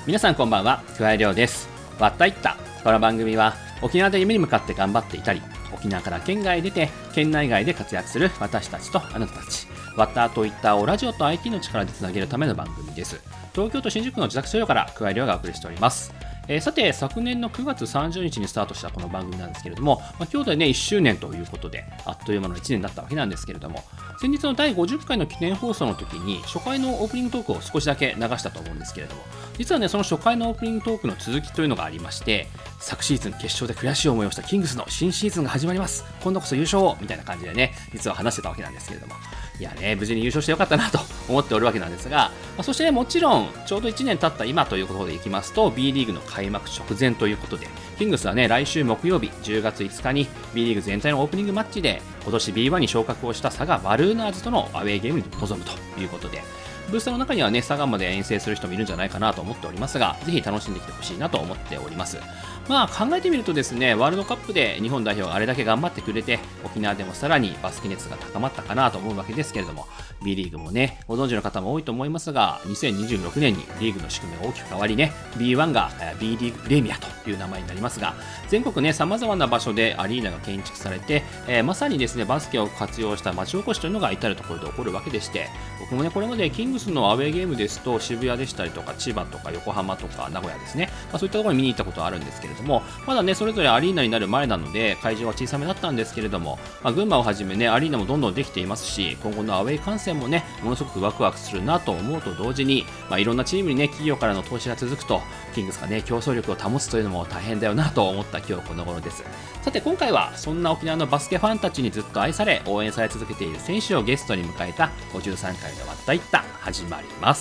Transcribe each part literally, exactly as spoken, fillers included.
皆さんこんばんは、桑井亮です。わったいった。この番組は沖縄で夢に向かって頑張っていたり、沖縄から県外へ出て県内外で活躍する私たちとあなたたち、わったといったをラジオと アイティー の力でつなげるための番組です。東京都新宿の自宅スタジオから桑井亮がお送りしております。えー、さて昨年のくがつさんじゅうにちにスタートしたこの番組なんですけれども、まあ、今日でねいっしゅうねんということであっという間のいちねんだったわけなんですけれども、先日のだいごじゅっかいの記念放送の時に初回のオープニングトークを少しだけ流したと思うんですけれども、実はねその初回のオープニングトークの続きというのがありまして、昨シーズン決勝で悔しい思いをしたキングスの新シーズンが始まります、今度こそ優勝をみたいな感じでね実は話してたわけなんですけれども、いやね無事に優勝してよかったなと思っておるわけなんですが、まあ、そして、ね、もちろんちょうどいちねん経った今ということでいきますと B リーグの開幕直前ということで、キングスはね来週木曜日じゅうがついつかに B リーグ全体のオープニングマッチで今年 ビーワン に昇格をした佐賀バルーナーズとのアウェーゲームに臨むということで、ブースターの中にはね佐賀まで遠征する人もいるんじゃないかなと思っておりますが、ぜひ楽しんできてほしいなと思っております。まあ考えてみるとですね、ワールドカップで日本代表があれだけ頑張ってくれて、沖縄でもさらにバスケ熱が高まったかなと思うわけですけれども、 B リーグもねご存知の方も多いと思いますが、にせんにじゅうろくねんにリーグの仕組みが大きく変わりね ビーワン が B リーグプレミアという名前になりますが、全国ね様々な場所でアリーナが建築されて、えー、まさにですねバスケを活用した街おこしというのが至るところで起こるわけでして、僕もねこれまでキングスのアウェーゲームですと渋谷でしたりとか千葉とか横浜とか名古屋ですね、まあ、そういったところに見に行ったことはあるんですけれども、まだねそれぞれアリーナになる前なので会場は小さめだったんですけれども、まあ、群馬をはじめねアリーナもどんどんできていますし、今後のアウェー観戦もねものすごくワクワクするなと思うと同時に、まあ、いろんなチームにね企業からの投資が続くとキングスがね競争力を保つというのも大変だよなと思った今日この頃です。さて今回はそんな沖縄のバスケファンたちにずっと愛され応援され続けている選手をゲストに迎えたごじゅうさんかいのわったいった始まります。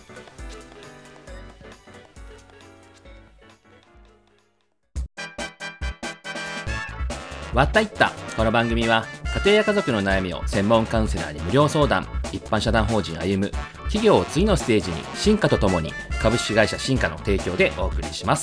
わったいった。この番組は家庭や家族の悩みを専門カウンセラーに無料相談、一般社団法人歩む企業を次のステージに進化とともに株式会社進化の提供でお送りします。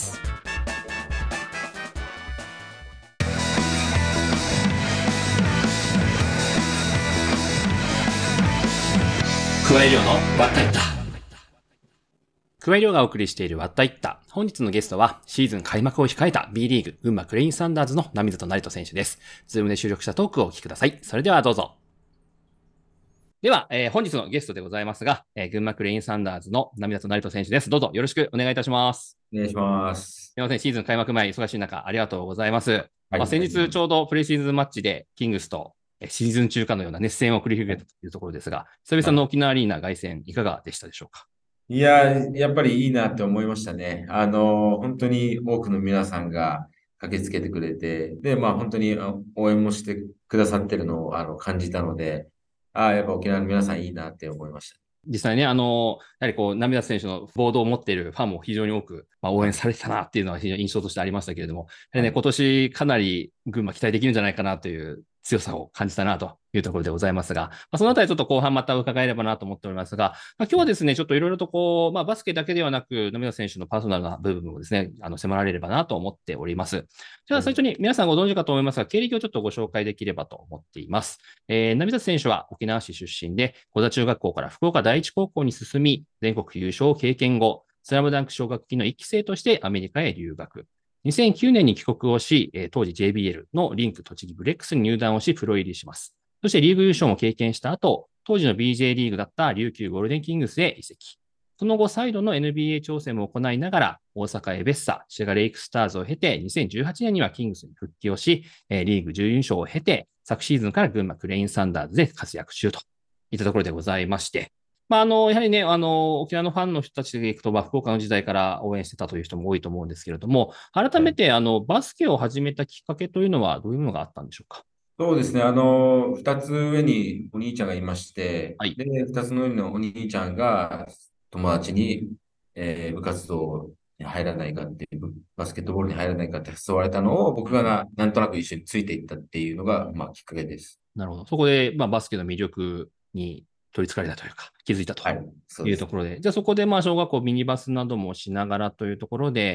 桑井亮のわったいった。桑井亮がお送りしているわったいった。本日のゲストはシーズン開幕を控えた B リーグ群馬クレインサンダーズの並里成人選手です。ズームで収録したトークをお聞きください。それではどうぞ。では、えー、本日のゲストでございますが、えー、群馬クレインサンダーズの並里成人選手です。どうぞよろしくお願いいたします。 お願いします。 すみません、シーズン開幕前忙しい中ありがとうございます。はい、まあ、先日ちょうどプレシーズンマッチでキングスとシーズン中かのような熱戦を繰り広げたというところですが、久々の沖縄アリーナ凱旋いかがでしたでしょうか。 いや、やっぱりいいなって思いましたね。あの、本当に多くの皆さんが駆けつけてくれて、で、まあ本当に応援もしてくださってるのをあの感じたので、ああ、やっぱ沖縄の皆さんいいなって思いました。 実際ね、あの、やはりこう、涙選手のボードを持っているファンも非常に多く、まあ、応援されてたなっていうのは非常に印象としてありましたけれども、やはりね、今年かなり群馬期待できるんじゃないかなという強さを感じたなというところでございますが、まあ、そのあたりちょっと後半また伺えればなと思っておりますが、まあ、今日はですね、ちょっといろいろとこう、まあ、バスケだけではなく、涙選手のパーソナルな部分もですね、あの、迫られればなと思っております。じゃあ最初に皆さんご存知かと思いますが、経歴をちょっとご紹介できればと思っています。えー、並里選手は沖縄市出身で、小田中学校から福岡第一高校に進み、全国優勝を経験後、スラムダンク奨学金のいっき生としてアメリカへ留学。にせんきゅうねんに帰国をし、当時 ジェイビーエル のリンク栃木ブレックスに入団をし、プロ入りします。そしてリーグ優勝も経験した後、当時の ビージェー リーグだった琉球ゴールデンキングスへ移籍。その後、再度の エヌビーエー 挑戦も行いながら、大阪エベッサ、滋賀レイクスターズを経て、にせんじゅうはちねんにはキングスに復帰をし、リーグ準優勝を経て、昨シーズンから群馬クレインサンダーズで活躍中といったところでございまして、まあ、あの、やはりね、あの、沖縄のファンの人たちでいくと、まあ、福岡の時代から応援してたという人も多いと思うんですけれども、改めて、あの、バスケを始めたきっかけというのは、どういうものがあったんでしょうか。 そうですね。あの、二つ上にお兄ちゃんがいまして、 はい。 で、二つの上のお兄ちゃんが友達に、えー部活動に入らないかっていう、バスケットボールに入らないかって誘われたのを、僕がな、なんとなく一緒についていったっていうのが、まあ、きっかけです。 なるほど。そこで、まあ、バスケの魅力に取り憑かれたというか、気づいたとはい、そうです。 いうところで、じゃあそこで、まあ、小学校ミニバスなどもしながらというところで、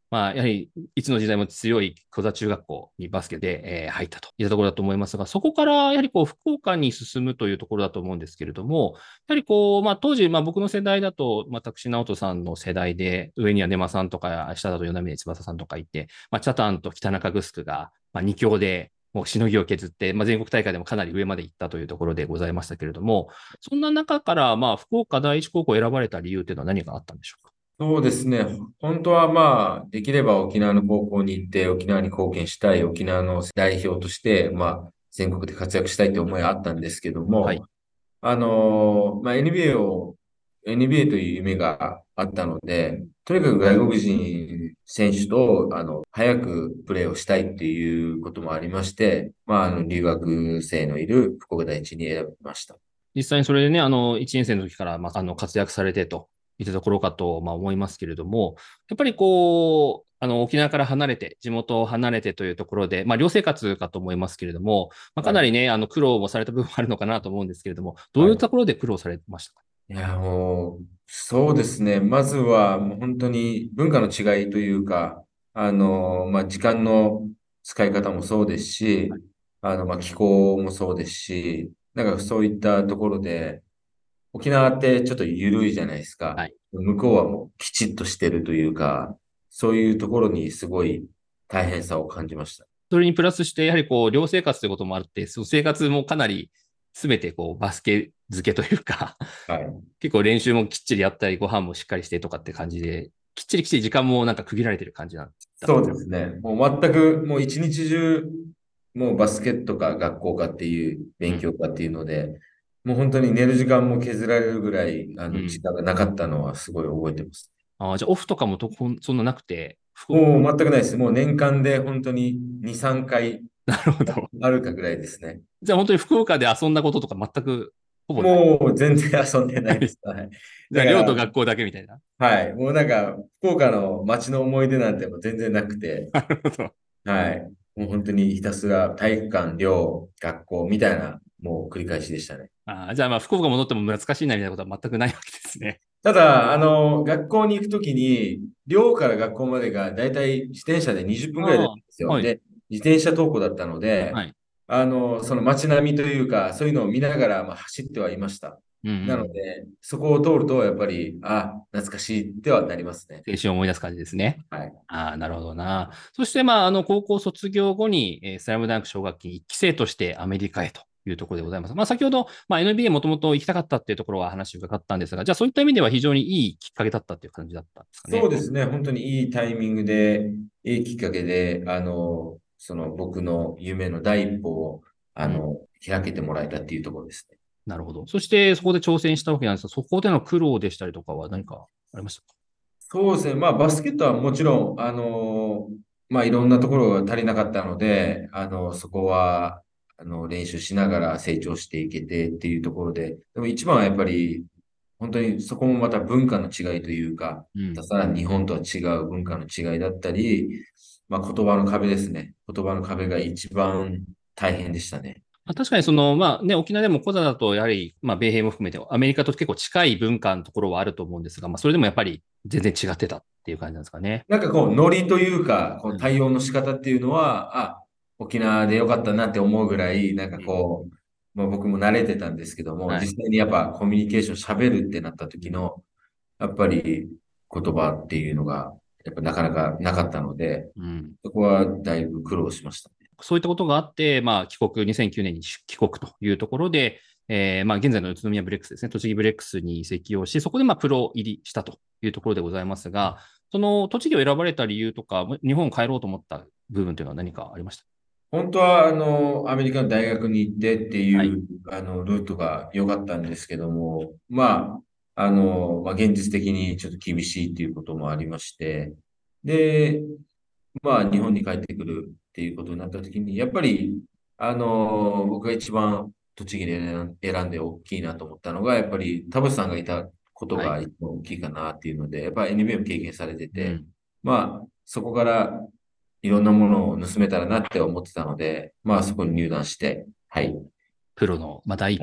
まあ、やはり、いつの時代も強い小座中学校にバスケで、えー入ったといったところだと思いますが、そこからやはりこう、福岡に進むというところだと思うんですけれども、やはりこう、まあ、当時、まあ、僕の世代だと、私、直人さんの世代で、上には根間さんとか、下だと与那嶺翼さんとかいて、まあ、チャタンと北中城が、まあ、二強で、もうしのぎを削って、まあ、全国大会でもかなり上まで行ったというところでございましたけれども、そんな中から、まあ、福岡第一高校を選ばれた理由というのは何があったんでしょうか？ そうですね。本当はまあ、できれば沖縄の高校に行って沖縄に貢献したい、沖縄の代表として、まあ、全国で活躍したいという思いはあったんですけどはい。 も、あの、まあ、エヌビーエー を、エヌビーエー という夢があったので、とにかく外国人選手と、あの、早くプレーをしたいっていうこともありまして、まあ、あの、留学生のいる福岡第一に選びました。 実際にそれでね、あの、いちねん生の時から、まあ、あの、活躍されてといったところかと、まあ、思いますけれども、やっぱりこう、あの、沖縄から離れて、地元を離れてというところで、まあ、寮生活かと思いますけれども、まあ、かはい。 なりね、あの、苦労もされた部分もあるのかなと思うんですけれども、どういうはい。 ところで苦労されましたか？ いや、もう、そうですね。まずは、もう本当に文化の違いというか、あの、まあ、時間の使い方もそうですし、あの、まあ、気候もそうですし、なんかそういったところで、沖縄ってちょっと緩いじゃないですか。 はい。 向こうはもうきちっとしてるというか、そういうところにすごい大変さを感じました。 それにプラスして、やはりこう、寮生活ということもあって、その生活もかなり、すべてこう、バスケ漬けというか、 はい。 結構練習もきっちりやったり、ご飯もしっかりしてとかって感じで、きっちりきっちり時間もなんか区切られてる感じなんだった。 そうですね。もう全く、もう一日中、もうバスケットか学校かっていう、 うん。 勉強かっていうので、もう本当に寝る時間も削られるぐらい、あの、時うん。 間がなかったのはすごい覚えてます。 ああ、じゃあオフとかもとこんそんななくて、ふ、 もう全くないです。もう年間で本当にに、さんかいなるほど。 あるかぐらいですね。 じゃあ本当に福岡で遊んだこととか全く、ほぼない。 もう全然遊んでないです。はい。 じゃあだから、 寮と学校だけみたいな。 はい。もうなんか、福岡の街の思い出なんてもう全然なくて、 なるほど。 はい。もう本当にひたすら体育館、寮、学校みたいな、もう繰り返しでしたね。 ああ、じゃあまあ福岡戻っても懐かしいなみたいなことは全くないわけですね。 ただ、あの、学校に行くときに、寮から学校までがだいたい自転車でにじゅっぷんぐらいだったあんですあ、 よ。 はい、 で、自転車登校だったので、 はい。 あの、その街並みというか、そういうのを見ながら、まあ、走ってはいました。 うんうん。 なので、そこを通ると、やっぱり、あ、懐かしいってはなりますね。 青春を思い出す感じですね。 はい。 ああ、なるほどな。そして、まあ、あの、高校卒業後に、えースラムダンク奨学金いっき生としてアメリカへというところでございます。まあ、先ほど、まあ、エヌビーエー もともと行きたかったっていうところは話を伺ったんですが、じゃあそういった意味では非常にいいきっかけだったっていう感じだったんですかね。 そうですね。本当にいいタイミングで、いいきっかけで、あの、その僕の夢の第一歩を、あうん。 の、開けてもらえたっていうところですね。 なるほど。そしてそこで挑戦したわけなんですが、そこでの苦労でしたりとかは何かありましたか？ そうですね。まあ、バスケットはもちろん、あの、まあ、いろんなところが足りなかったので、あの、そこは、あの、練習しながら成長していけてっていうところで、でも一番はやっぱり、本当にそこもまた文化の違いというか、 うん。 さらに日本とは違う文化の違いだったり、まあ、言葉の壁ですね。言葉の壁が一番大変でしたね。 まあ、確かにその、まあね、沖縄でもコザだと、やはり、まあ、米兵も含めて、アメリカと結構近い文化のところはあると思うんですが、まあ、それでもやっぱり全然違ってたっていう感じなんですかね。 なんかこう、ノリというか、こうん。 う対応の仕方っていうのは、あ、沖縄でよかったなって思うぐらい、なんかうん。 こう、まあ、僕も慣れてたんですけども、 はい。 実際にやっぱコミュニケーション喋るってなったうん。 時の、やっぱり言葉っていうのが、やっぱなかなかなかったので、 うん。 そこはだいぶ苦労しました。 そういったことがあって、まあ、帰国、にせんきゅうねんに帰国というところで、えー、まあ、現在の宇都宮ブレックスですね、栃木ブレックスに移籍をし、そこでまあプロ入りしたというところでございますが、その栃木を選ばれた理由とか、日本を帰ろうと思った部分というのは何かありました？ 本当は、あの、アメリカの大学に行ってってはい。 いう、あの、ルートが良かったんですけども、まあ、あの、まあ、現実的にちょっと厳しいっていうこともありまして、で、まあ、日本に帰ってくるっていうことになった時に、やっぱり、あの、僕が一番栃木で選ん選んで大きいなと思ったのが、やっぱり田淵さんがいたことはい。 が一番大きいかなっていうので、やっぱり エヌビーエー も経験されてて、 うん。 まあ、そこからいろんなものを盗めたらなって思ってたので、まあ、そこに入団して、はい。 プロの、まあ、第一はい。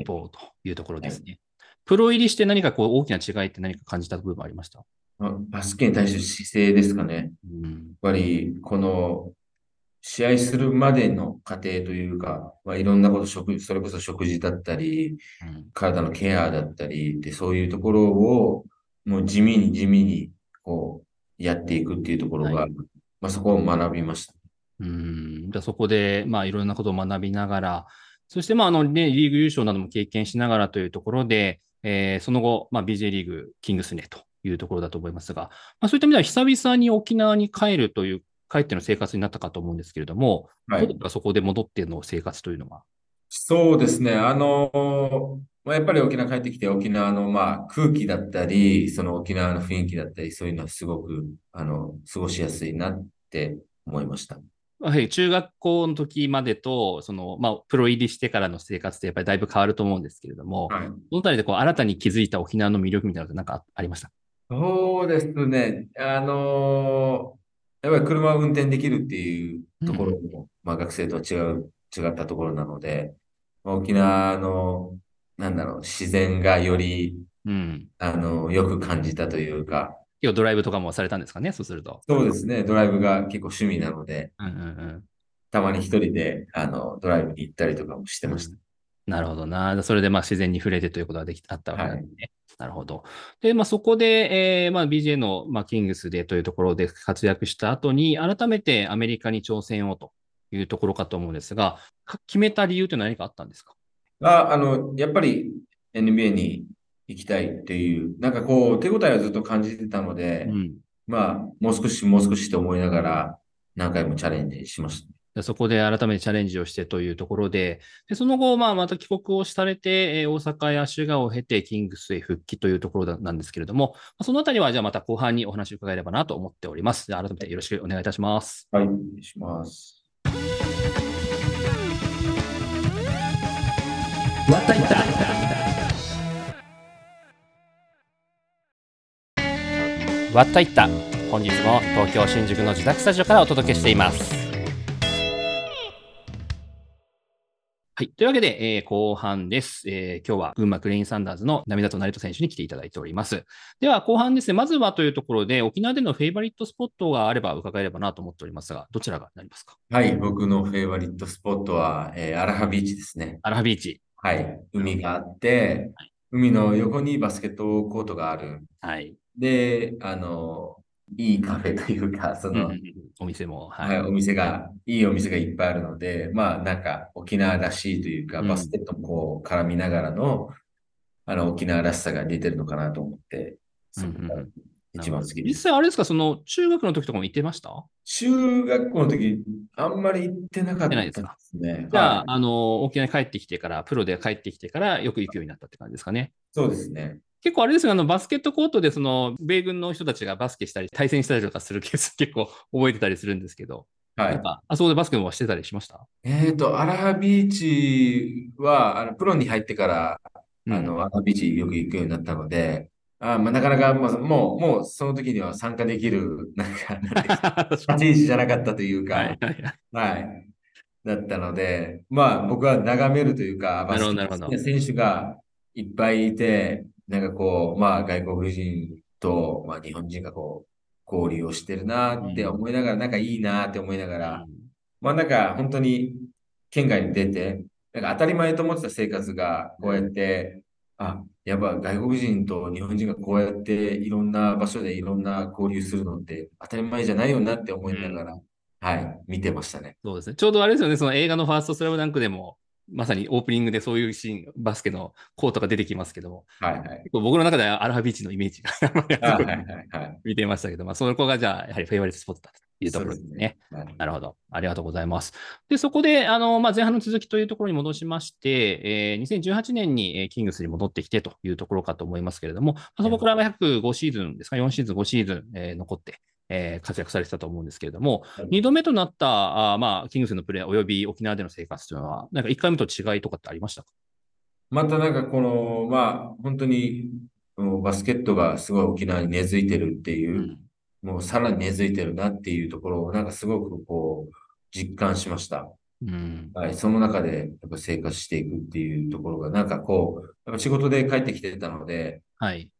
歩というところはい。 ですね。プロ入りして何かこう大きな違いって何か感じた部分はありました？ まあバスケに対する姿勢ですかね。やっうん。 ぱり、この、試合するまでの過程というか、まあ、いろんなこと、食、それこそ食事だったり、 うん。 体のケアだったり、で、そういうところを、もう地味に地味に、こう、やっていくっていうところが、 はい。 まあ、そこを学びました。 うん。じゃあそこで、まあ、いろんなことを学びながら、そして、まあ、あの、ね、リーグ優勝なども経験しながらというところで、えーその後、まあ、ビージェー リーグ、キングスネというところだと思いますが、まあ、そういった意味では久々に沖縄に帰るという、帰っての生活になったかと思うんですけれども、 はい。 どうですか、そこで戻っての生活というのは。 そうですね。あの、まあ、やっぱり沖縄帰ってきて、沖縄の、まあ、空気だったり、その沖縄の雰囲気だったり、そういうのはすごく、あの、過ごしやすいなって思いました。 はい、中学校の時までと、その、まあ、プロ入りしてからの生活ってやっぱりだいぶ変わると思うんですけれども、 はい。 そのあたりでこう新たに気づいた沖縄の魅力みたいなのって何かありました？ そうですね。あのーやっぱり車を運転できるっていうところうんも、まあ学生とは違う、違ったところなので、まあ沖縄の、なんだろう、自然がより、 うん。うん。 あのよく感じたというか、 結構ドライブとかもされたんですかね、そうすると。 そうですね。ドライブが結構趣味なので、 うんうんたまに一人で、あの、ドライブに行ったりとかもしてうん。 ました。 うん。なるほどな。それでまあ自然に触れてということができあったわけはい。 なんですね。なるほど。で、まあそこで、えーまあ ビージェー の、まあ、キングスでというところで活躍した後に、改めてアメリカに挑戦をというところかと思うんですが、か決めた理由というのは何かあったんですか？ あ、あの、やっぱり エヌビーエー に行きたいっていう、なんかこう、手応えをずっと感じてたので、 うん。 まあ、もう少し、もう少しと思いながら、何回もチャレンジしました。 でそこで改めてチャレンジをしてというところで、でその後、まあ、また帰国をされて、えー大阪や滋賀を経て、キングスへ復帰というところだなんですけれども、まあそのあたりは、じゃあまた後半にお話を伺えればなと思っております。じゃあ改めてよろしくお願いいたします。 はい、お願いします。 わったいったわったいった。本日も東京新宿の自宅スタジオからお届けしています。はい。というわけで、えー後半です。えー今日は群馬クレインサンダーズの涙と成人選手に来ていただいております。では、後半ですね。まずはというところで、沖縄でのフェイバリットスポットがあれば伺えればなと思っておりますが、どちらがなりますか？ はい、僕のフェイバリットスポットは、えーアラハビーチですね。 アラハビーチ。 はい、 なるほど。 海があって、海の横にバスケットコートがある。 はい。 で、あの、いいカフェというか、その、 うんうんうん。お店も、ははい、 い。 お店が、いいお店がいっぱいあるので、まあ、なんか、沖縄らしいというか、 うん。 バスケットもこう、絡みながらの、あの、沖縄らしさが出てるのかなと思って、 うんうんそこがうん。なる一ほど。 番好きです。 実際あれですか、その中学の時とかも行ってました？行っ中学校の時、あんまり行ってなかったでてないですか？ すね。 じゃあ、 はい。 あの、沖縄に帰ってきてから、プロで帰ってきてからよく行くようになったって感じですかね。 そうですね。 結構あれですよ、あの、バスケットコートで、その、米軍の人たちがバスケしたり、対戦したりとかするケース結構覚えてたりするんですけど、 はい。 なんか、あそこでバスケもしてたりしました？ えっと、アラハビーチは、あの、プロに入ってから、 うん。 あの、アラハビーチよく行くようになったので、あ、まあ、なかなか、まあ、もう、もう、その時には参加できる、なんか、なんていうか、 確かに。 立ち位置じゃなかったというはい。 か、 はいはい。 はい。だったので、まあ、僕は眺めるというか、 なるほど、 バスケ好なるほど。 きな選手がいっぱいいて、なんかこう、まあ、外国人と、まあ、日本人がこう、交流をしてるなってうん。 思いながら、なんかいいなって思いながら、 うん。 まあなんか本当に県外に出て、なんか当たり前と思ってた生活がこうやっうん。 て、あ、やっぱ外国人と日本人がこうやっていろんな場所でいろんな交流するのって当たり前じゃないよなって思ういながら、 ん。 はい、見てましたね。 そうですね。ちょうどあれですよね、その映画のファーストスラムダンクでも、まさにオープニングでそういうシーン、バスケのコートが出てきますけども、 はいはい。 結構僕の中ではアルファビーチのイメージがああ、 そこはいはいはい。 見てましたけど、まあ、そこがじゃあ、やはりフェイバリットスポットだというとこそうですね。 ろですね。 はい。 なるほど。ありがとうございます。で、そこで、あの、まあ、前半の続きというところに戻しまして、えーにせんじゅうはちねんに、えーキングスに戻ってきてというところかと思いますけれども、まあそこから約ごシーズンですか、よんシーズン、ごシーズン、えー残って、えー活躍されてたと思うんですけれども、にどめとなった、あまあ、キングスのプレーおよび沖縄での生活というのは、なんかいっかいめと違いとかってありましたか？ またなんかこの、まあ本当にもうバスケットがすごい沖縄に根付いてるっていう、 うん。 もうさらに根付いてるなっていうところをなんかすごくこう実感しました。 うん。 はい、その中でやっぱ生活していくっていうところが、なんかこう、やっぱ仕事で帰ってきてたので、 はい。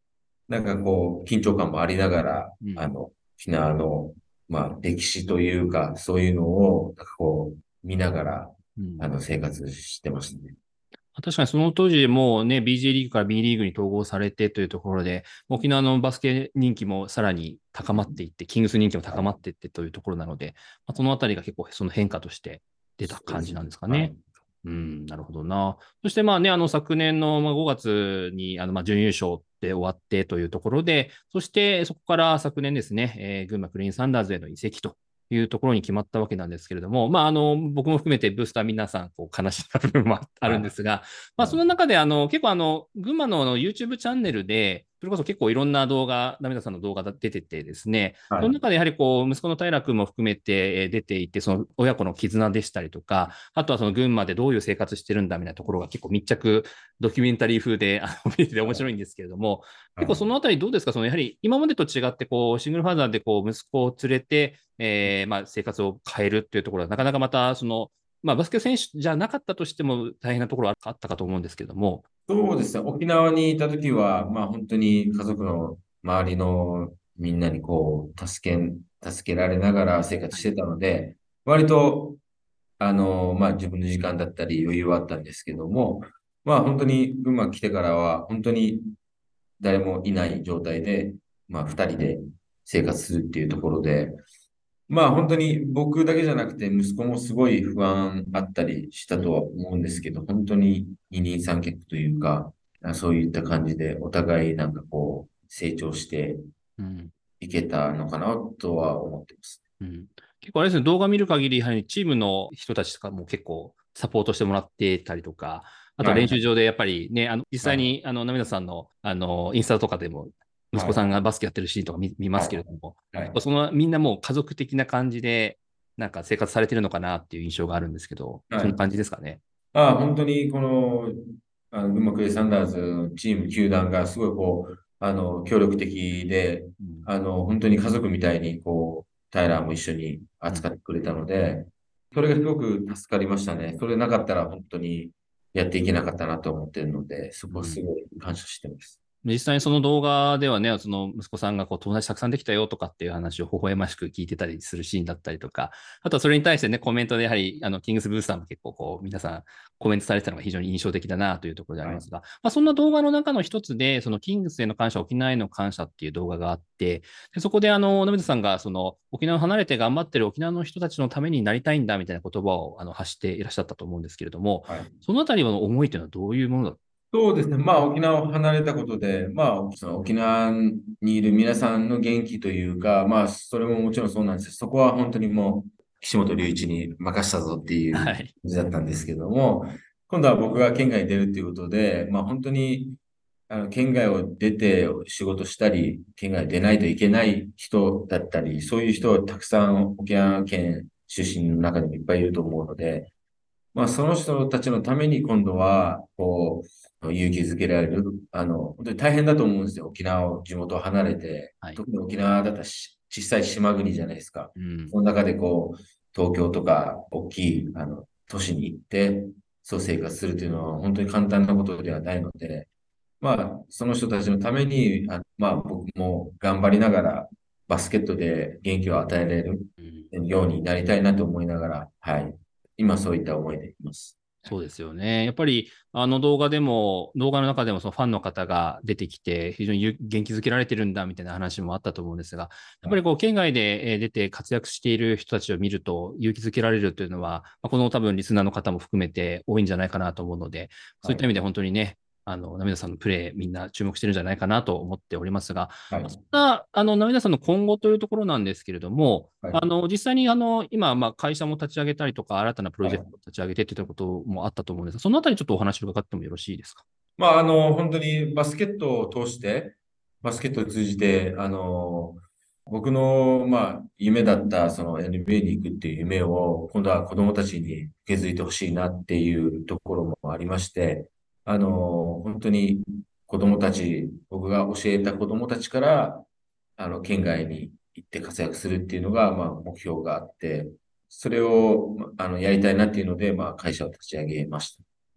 なんかこう、緊張感もありながら、 うん。 あの、沖縄の、まあ、歴史というか、そういうのを、なんかこう、見ながら、 うん。 あの、生活してましたね。 確かにその当時もうね、ビージェー リーグから B リーグに統合されてというところで、沖縄のバスケ人気もさらに高まっていって、キングス人気も高まっていってというところなので、まあ、そのあたりが結構その変化として出たそうですね。 感じなんですかね。 はい。 うん、なるほどな。そしてまあね、あの昨年のまあごがつにあのまあ準優勝で終わってというところで、そしてそこから昨年ですね、えー群馬クリーンサンダーズへの移籍というところに決まったわけなんですけれども、まあ、あの僕も含めてブースター皆さんこう悲しい部分もあるんはい。 ですが、まあ、そのはい。 中であの結構あの群馬のあの YouTube チャンネルで、それこそ結構いろんな動画、ダメダさんの動画が出ててですね、 はい。 その中でやはりこう息子の平君も含めてえー出ていて、その親子の絆でしたりとか、あとはその群馬でどういう生活してるんだみたいなところが結構密着ドキュメンタリー風であの見てて面白いんですけれども、結構そのあたりどうですか、そのやはり今までと違ってこうシングルファーザーでこう息子を連れて、えーまあ、生活を変えるっていうところはなかなかまたそのまあ、バスケ選手じゃなかったとしても大変なところはあったかと思うんですけども。 そうですね。沖縄にいたときは、まあ本当に家族の周りのみんなにこう、助け、助けられながら生活はい。 してたので、割と、あの、まあ自分の時間だったり余裕はあったんですけども、まあ本当に群馬来てからは、本当に誰もいない状態で、まあ二人で生活するっていうところで、まあ本当に僕だけじゃなくて息子もすごい不安あったりしたとは思うんですけど、本当に二人三脚というか、あそういった感じでお互いなんかこう成長してうん。 いけたのかなとは思ってます。 うん。結構あれですね、動画見る限り、やはりチームの人たちとかも結構サポートしてもらってたりとか、あとはい。 練習場でやっぱりね、あの実はい。 際にあの涙さんのあのインスタとかでも息はい。 子さんがバスケやってるシーンとか見、見まはい。 すけれども、 はい。 結構そのみんなもう家族的な感じでなんか生活されてるのかなっていう印象があるんですけど、 はい。 そんな感じですかね。 ああ、本当にこの、あの、群馬クレイサンダーズのチーム、球団がすごいこう、あの、協力的で、 うん。 あの、本当に家族みたいに、こう、タイラーも一緒にうん。 扱ってくれたので、それがすごく助かりましたね。それなかったら本当にやっていけなかったなと思っているので、そこはすうん。 ごい感謝してます。 実際にその動画ではね、その息子さんがこう友達たくさんできたよとかっていう話を微笑ましく聞いてたりするシーンだったりとか、あとはそれに対してね、コメントでやはり、あの、キングスブースターも結構こう、皆さんコメントされてたのが非常に印象的だなというところでありはい。 ますが、まあ、そんな動画の中の一つで、そのキングスへの感謝、沖縄への感謝っていう動画があって、でそこであの、野水さんがその、沖縄を離れて頑張ってる沖縄の人たちのためになりたいんだみたいな言葉をあの発していらっしゃったと思うんですけれども、 はい。 そのあたりの思いというのはどういうものだ。 そうですね。まあ、沖縄を離れたことで、まあ、その沖縄にいる皆さんの元気というか、まあ、それももちろんそうなんですけど、そこは本当にもう、岸本隆一に任したぞっていう感はい。 じだったんですけども、今度は僕が県外に出るっていうことで、まあ、本当に、あの、県外を出て仕事したり、県外に出ないといけない人だったり、そういう人はたくさん沖縄県出身の中にもいっぱいいると思うので、まあ、その人たちのために今度は、こう、勇気づけられる。あの、本当に大変だと思うんですよ。沖縄を、地元を離れて。 はい。 特に沖縄だったらし小さい島国じゃないですか。 うん。 その中でこう、東京とか大きい、あの、都市に行って、そう生活するというのは本当に簡単なことではないので、まあ、その人たちのために、あ、まあ、僕も頑張りながら、バスケットで元気を与えられるうん。 ようになりたいなと思いながら、はい。今そういった思いでいます。 そうですよね。やっぱり、あの動画でも、動画の中でもそのファンの方が出てきて、非常に元気づけられてるんだみたいな話もあったと思うんですが、やっぱりこう、県外でえー出て活躍している人たちを見ると、勇気づけられるというのは、まあこの多分リスナーの方も含めて多いんじゃないかなと思うので、そうはい。 いった意味で本当にね、あの、涙さんのプレー、みんな注目してるんじゃないかなと思っておりますが、 はい。 そんな、あの、涙さんの今後というところなんですけれども、 はい。 あの、実際にあの、今、まあ、会社も立ち上げたりとか、新たなプロはい。 ジェクトを立ち上げてっていうこともあったと思うんですが、そのあたりちょっとお話を伺ってもよろしいですか。 まあ、あの、本当にバスケットを通して、バスケットを通じて、あの、僕の、まあ、夢だった、その エヌビーエー に行くっていう夢を、今度は子供たちに受け継いでほしいなっていうところもありまして、あの、本当に子供たち、僕が教えた子供たちから、あの、県外に行って活躍するっていうのが、まあ、目標があって、それを、まあの、やりたいなっていうので、まあ、会社を立ち上げました。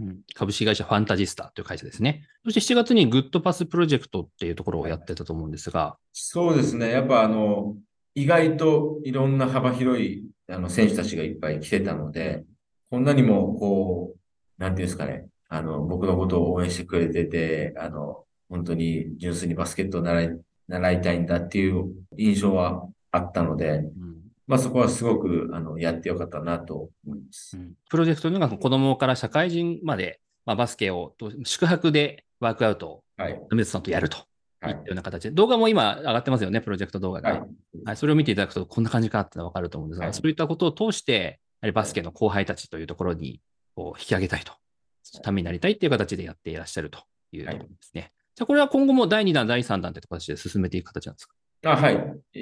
うん、株式会社ファンタジスタという会社ですね。そしてしちがつにグッドパスプロジェクトっていうところをやってたと思うんですが。 そうですね。やっぱあの、意外といろんな幅広いあの選手たちがいっぱい来てたので、こんなにもこう、なんていうんですかね、あの、僕のことを応援してくれてて、あの、本当に純粋にバスケットを習い、習いたいんだっていう印象はあったので、 うんまあそこはすごくあのやってよかったなと思いまうす。 ん、プロジェクトというのが子供から社会人まで、まあ、バスケを宿泊でワークアウトをはい。 梅津さんとやるとはいい。 ったような形で、動画も今上がってますよね、プロジェクト動画はい。 が。はい、それを見ていただくとこんな感じかってのがわかると思うんですが、 はいそういったことを通して、やはりバスケの後輩たちというところにこう引き上げたいと、ためになりたいっていう形でやっていらっしゃるというところですね。じゃあこれは今後もだいにだん、だいさんだんという形で進めていく形なんですか？ あ、はい。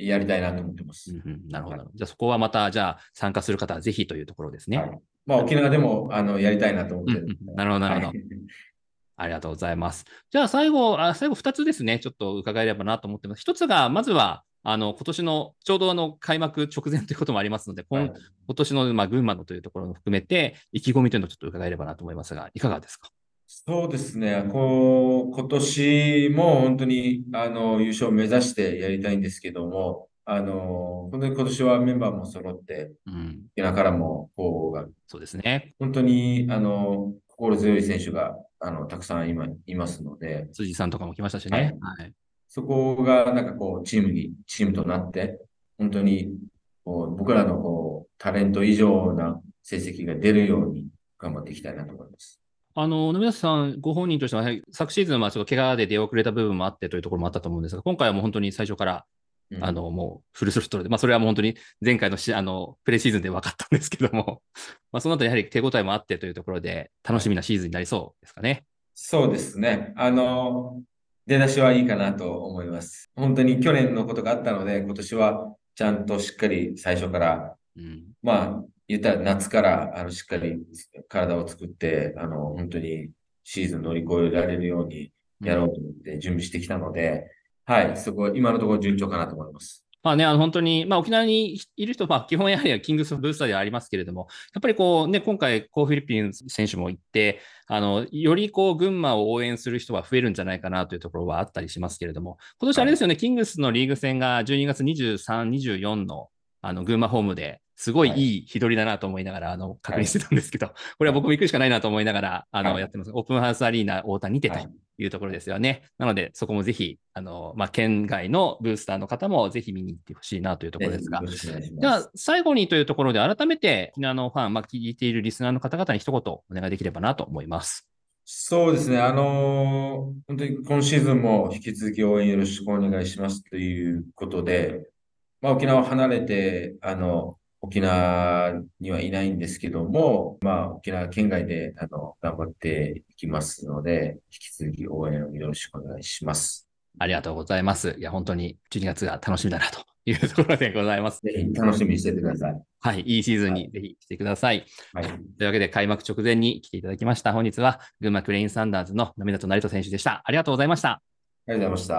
やりたいなと思ってまうす。 んうん、なるほど。じゃあそこはまた、じゃあ参加する方はぜひというところですね。 はい。まあ沖縄でもあのやりたいなと思ってる。 うんうん、なるほど、なるほど。 はいありがとうございます。じゃあ最後、あ最後ふたつですね、ちょっと伺えればなと思ってます。ひとつが、まずは、あの、今年の、ちょうどあの、開幕直前ということもありますので、今はい今年の、まあ、群馬のというところも含めて、意気込みというのをちょっと伺えればなと思いますが、いかがですか？ そうですね。こう、今年も本当に、あの、優勝を目指してやりたいんですけども、あの、本当に今年はメンバーも揃って、 うん、 沖縄からも、こう、 そうですね。 本当に、あの、心強い選手が、あの、たくさん今いますので、 辻さんとかも来ましたしね。 はい。 はい。 そこが、なんかこう、チームに、チームとなって、本当に、こう、僕らの、こう、タレント以上な成績が出るように頑張っていきたいなと思います。 あの、野村さんご本人としては、はい昨シーズンはちょっと怪我で出遅れた部分もあってというところもあったと思うんですが、今回はもう本当に最初からうんあの、もうフルスロットルで、まあそれはもう本当に前回のしあのプレシーズンで分かったんですけども、まあその後やはり手応えもあってというところで楽しみなシーズンになりそうですかね。 そうですね。あの、出だしはいいかなと思います。本当に去年のことがあったので、今年はちゃんとしっかり最初から、 うん、 まあ、言ったら夏からあのしっかり体を作って、あの、本当にシーズン乗り越えられるようにやろうと思って準備してきたので、はい、そこは今のところ順調かなと思います。 まあね、あの本当に、まあ沖縄にいる人、まあ基本やはりキングスブースターではありますけれども、やっぱりこうね、今回、コーフィリピン選手も行って、あの、よりこう群馬を応援する人は増えるんじゃないかなというところはあったりしますけれども、今年あれですよね、キングスのリーグ戦がじゅうにがつにじゅうさん、にじゅうよんのあの群馬ホームですごいいい日取りだなと思いながら、あの、確認してたんですけど、これは僕も行くしかないなと思いながら、あの、やってます。オープンハウスアリーナ大田にてというところですよね。なので、そこもぜひ、あの、まあ、県外のブースターの方もぜひ見に行ってほしいなというところですが、じゃあ、最後にというところで、改めて、沖縄のファン、まあ、聞いているリスナーの方々に一言お願いできればなと思います。 そうですね。あのー本当に今シーズンも引き続き応援よろしくお願いしますということで、まあ、沖縄を離れて、あの、沖縄にはいないんですけども、まあ、沖縄県外で、あの、頑張っていきますので、引き続き応援をよろしくお願いします。 ありがとうございます。いや、本当にじゅうにがつが楽しみだなというところでございます。 ぜひ楽しみにしててください。 はい、いいシーズンにぜひ来てください。 はい。 というわけで、開幕直前に来ていただきました。本日は、群馬クレインサンダーズの並里成人選手でした。ありがとうございました。 ありがとうございました。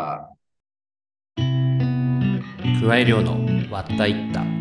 加え量の割ったいった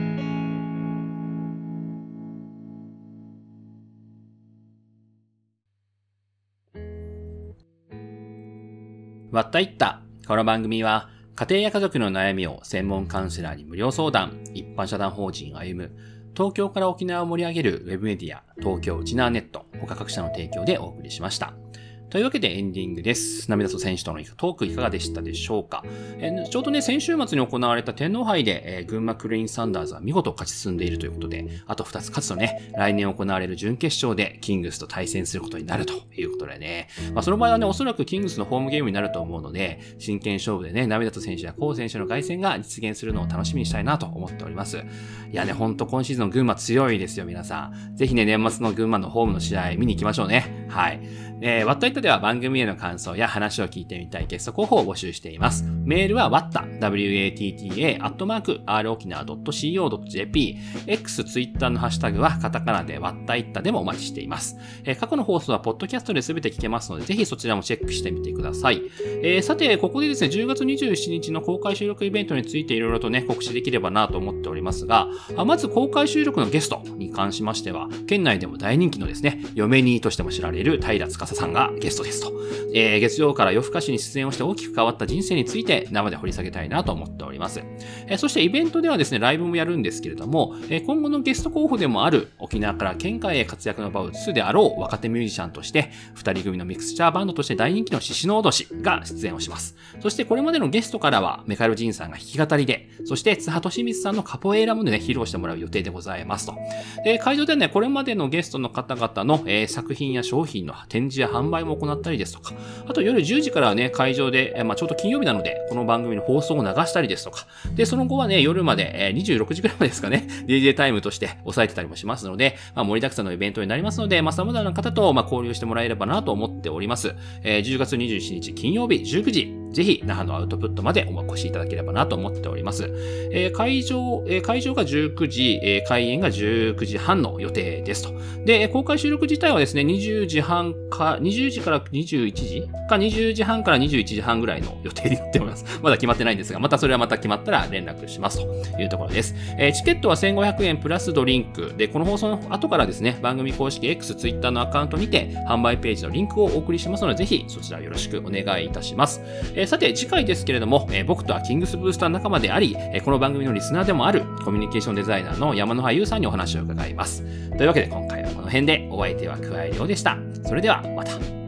割ったいったこの番組は家庭や家族の悩みを専門カウンセラーに無料相談、一般社団法人歩む東京から沖縄を盛り上げるウェブメディア東京ウチナーネット他各社の提供でお送りしました。というわけでエンディングです。並里選手とのトークいかがでしたでしょうか。えー、ちょうどね、先週末に行われた天皇杯で、えー、群馬クレインサンダーズは見事勝ち進んでいるということで、あとふたつ勝つとね、来年行われる準決勝でキングスと対戦することになるということでね、まあ、その場合はね、おそらくキングスのホームゲームになると思うので、真剣勝負でね、並里選手やコウ選手の凱旋が実現するのを楽しみにしたいなと思っております。いやね、ほんと今シーズンの群馬強いですよ、皆さん。ぜひね、年末の群馬のホームの試合見に行きましょうね。はい。えー、ワッタイッタでは番組への感想や話を聞いてみたいゲスト候補を募集しています。メールは ワッタ ワッタ アットマーク アール 沖縄 ドット シーオー ドット ジェーピー、X、Twitter のハッシュタグはカタカナでワッタイッタでもお待ちしています。えー、過去の放送はポッドキャストで全て聞けますので、ぜひそちらもチェックしてみてください。えー、さて、ここでですね、じゅうがつにじゅうしちにちの公開収録イベントについていろいろとね、告知できればなと思っておりますが、あまず公開収録のゲストに関しましては、県内でも大人気のですね、嫁にとしても知られれる平司さんがゲストですと。えー、月曜から夜更かしに出演をして大きく変わった人生について生で掘り下げたいなと思っております。えー、そしてイベントではですね、ライブもやるんですけれども、えー、今後のゲスト候補でもある沖縄から県外へ活躍の場を移すであろう若手ミュージシャンとして二人組のミクスチャーバンドとして大人気の獅子の脅しが出演をします。そしてこれまでのゲストからはメカルジンさんが弾き語りで、そして津波利光さんのカポエーラもね、披露してもらう予定でございますと。で、会場ではね、これまでのゲストの方々の、えー、作品や商品の展示や販売も行ったりですとか、あと夜じゅうじからはね、会場で、えーまあ、ちょうど金曜日なので、この番組の放送を流したりですとか、で、その後はね、夜まで、えー、にじゅうろくじくらいまでですかね、ディージェー タイムとして抑えてたりもしますので、まあ、盛りだくさんのイベントになりますので、まあ、様々な方と、まあ、交流してもらえればなと思っております。えー、じゅうがつにじゅうしちにち金曜日じゅうくじ、ぜひ那覇のアウトプットまでお越しいただければなと思っております。えー、会場、えー、会場がじゅうくじ、えー、開演がじゅうくじはんの予定ですと。で、公開収録自体はですね、にじゅうじはんか、にじゅうじからにじゅういちじかにじゅうじはんからにじゅういちじはんぐらいの予定になっております。まだ決まってないんですが、またそれはまた決まったら連絡しますというところです。えー、チケットはせんごひゃくえんプラスドリンクで、この放送の後からですね、番組公式 X、Twitter のアカウントにて販売ページのリンクをお送りしますので、ぜひそちらよろしくお願いいたします。えー、さて次回ですけれども、えー、僕とはキングスブースター仲間であり、えー、この番組のリスナーでもあるコミュニケーションデザイナーの山野葉優さんにお話を伺います。というわけで今回はこの辺で、お相手は桑井亮でした。それではまた。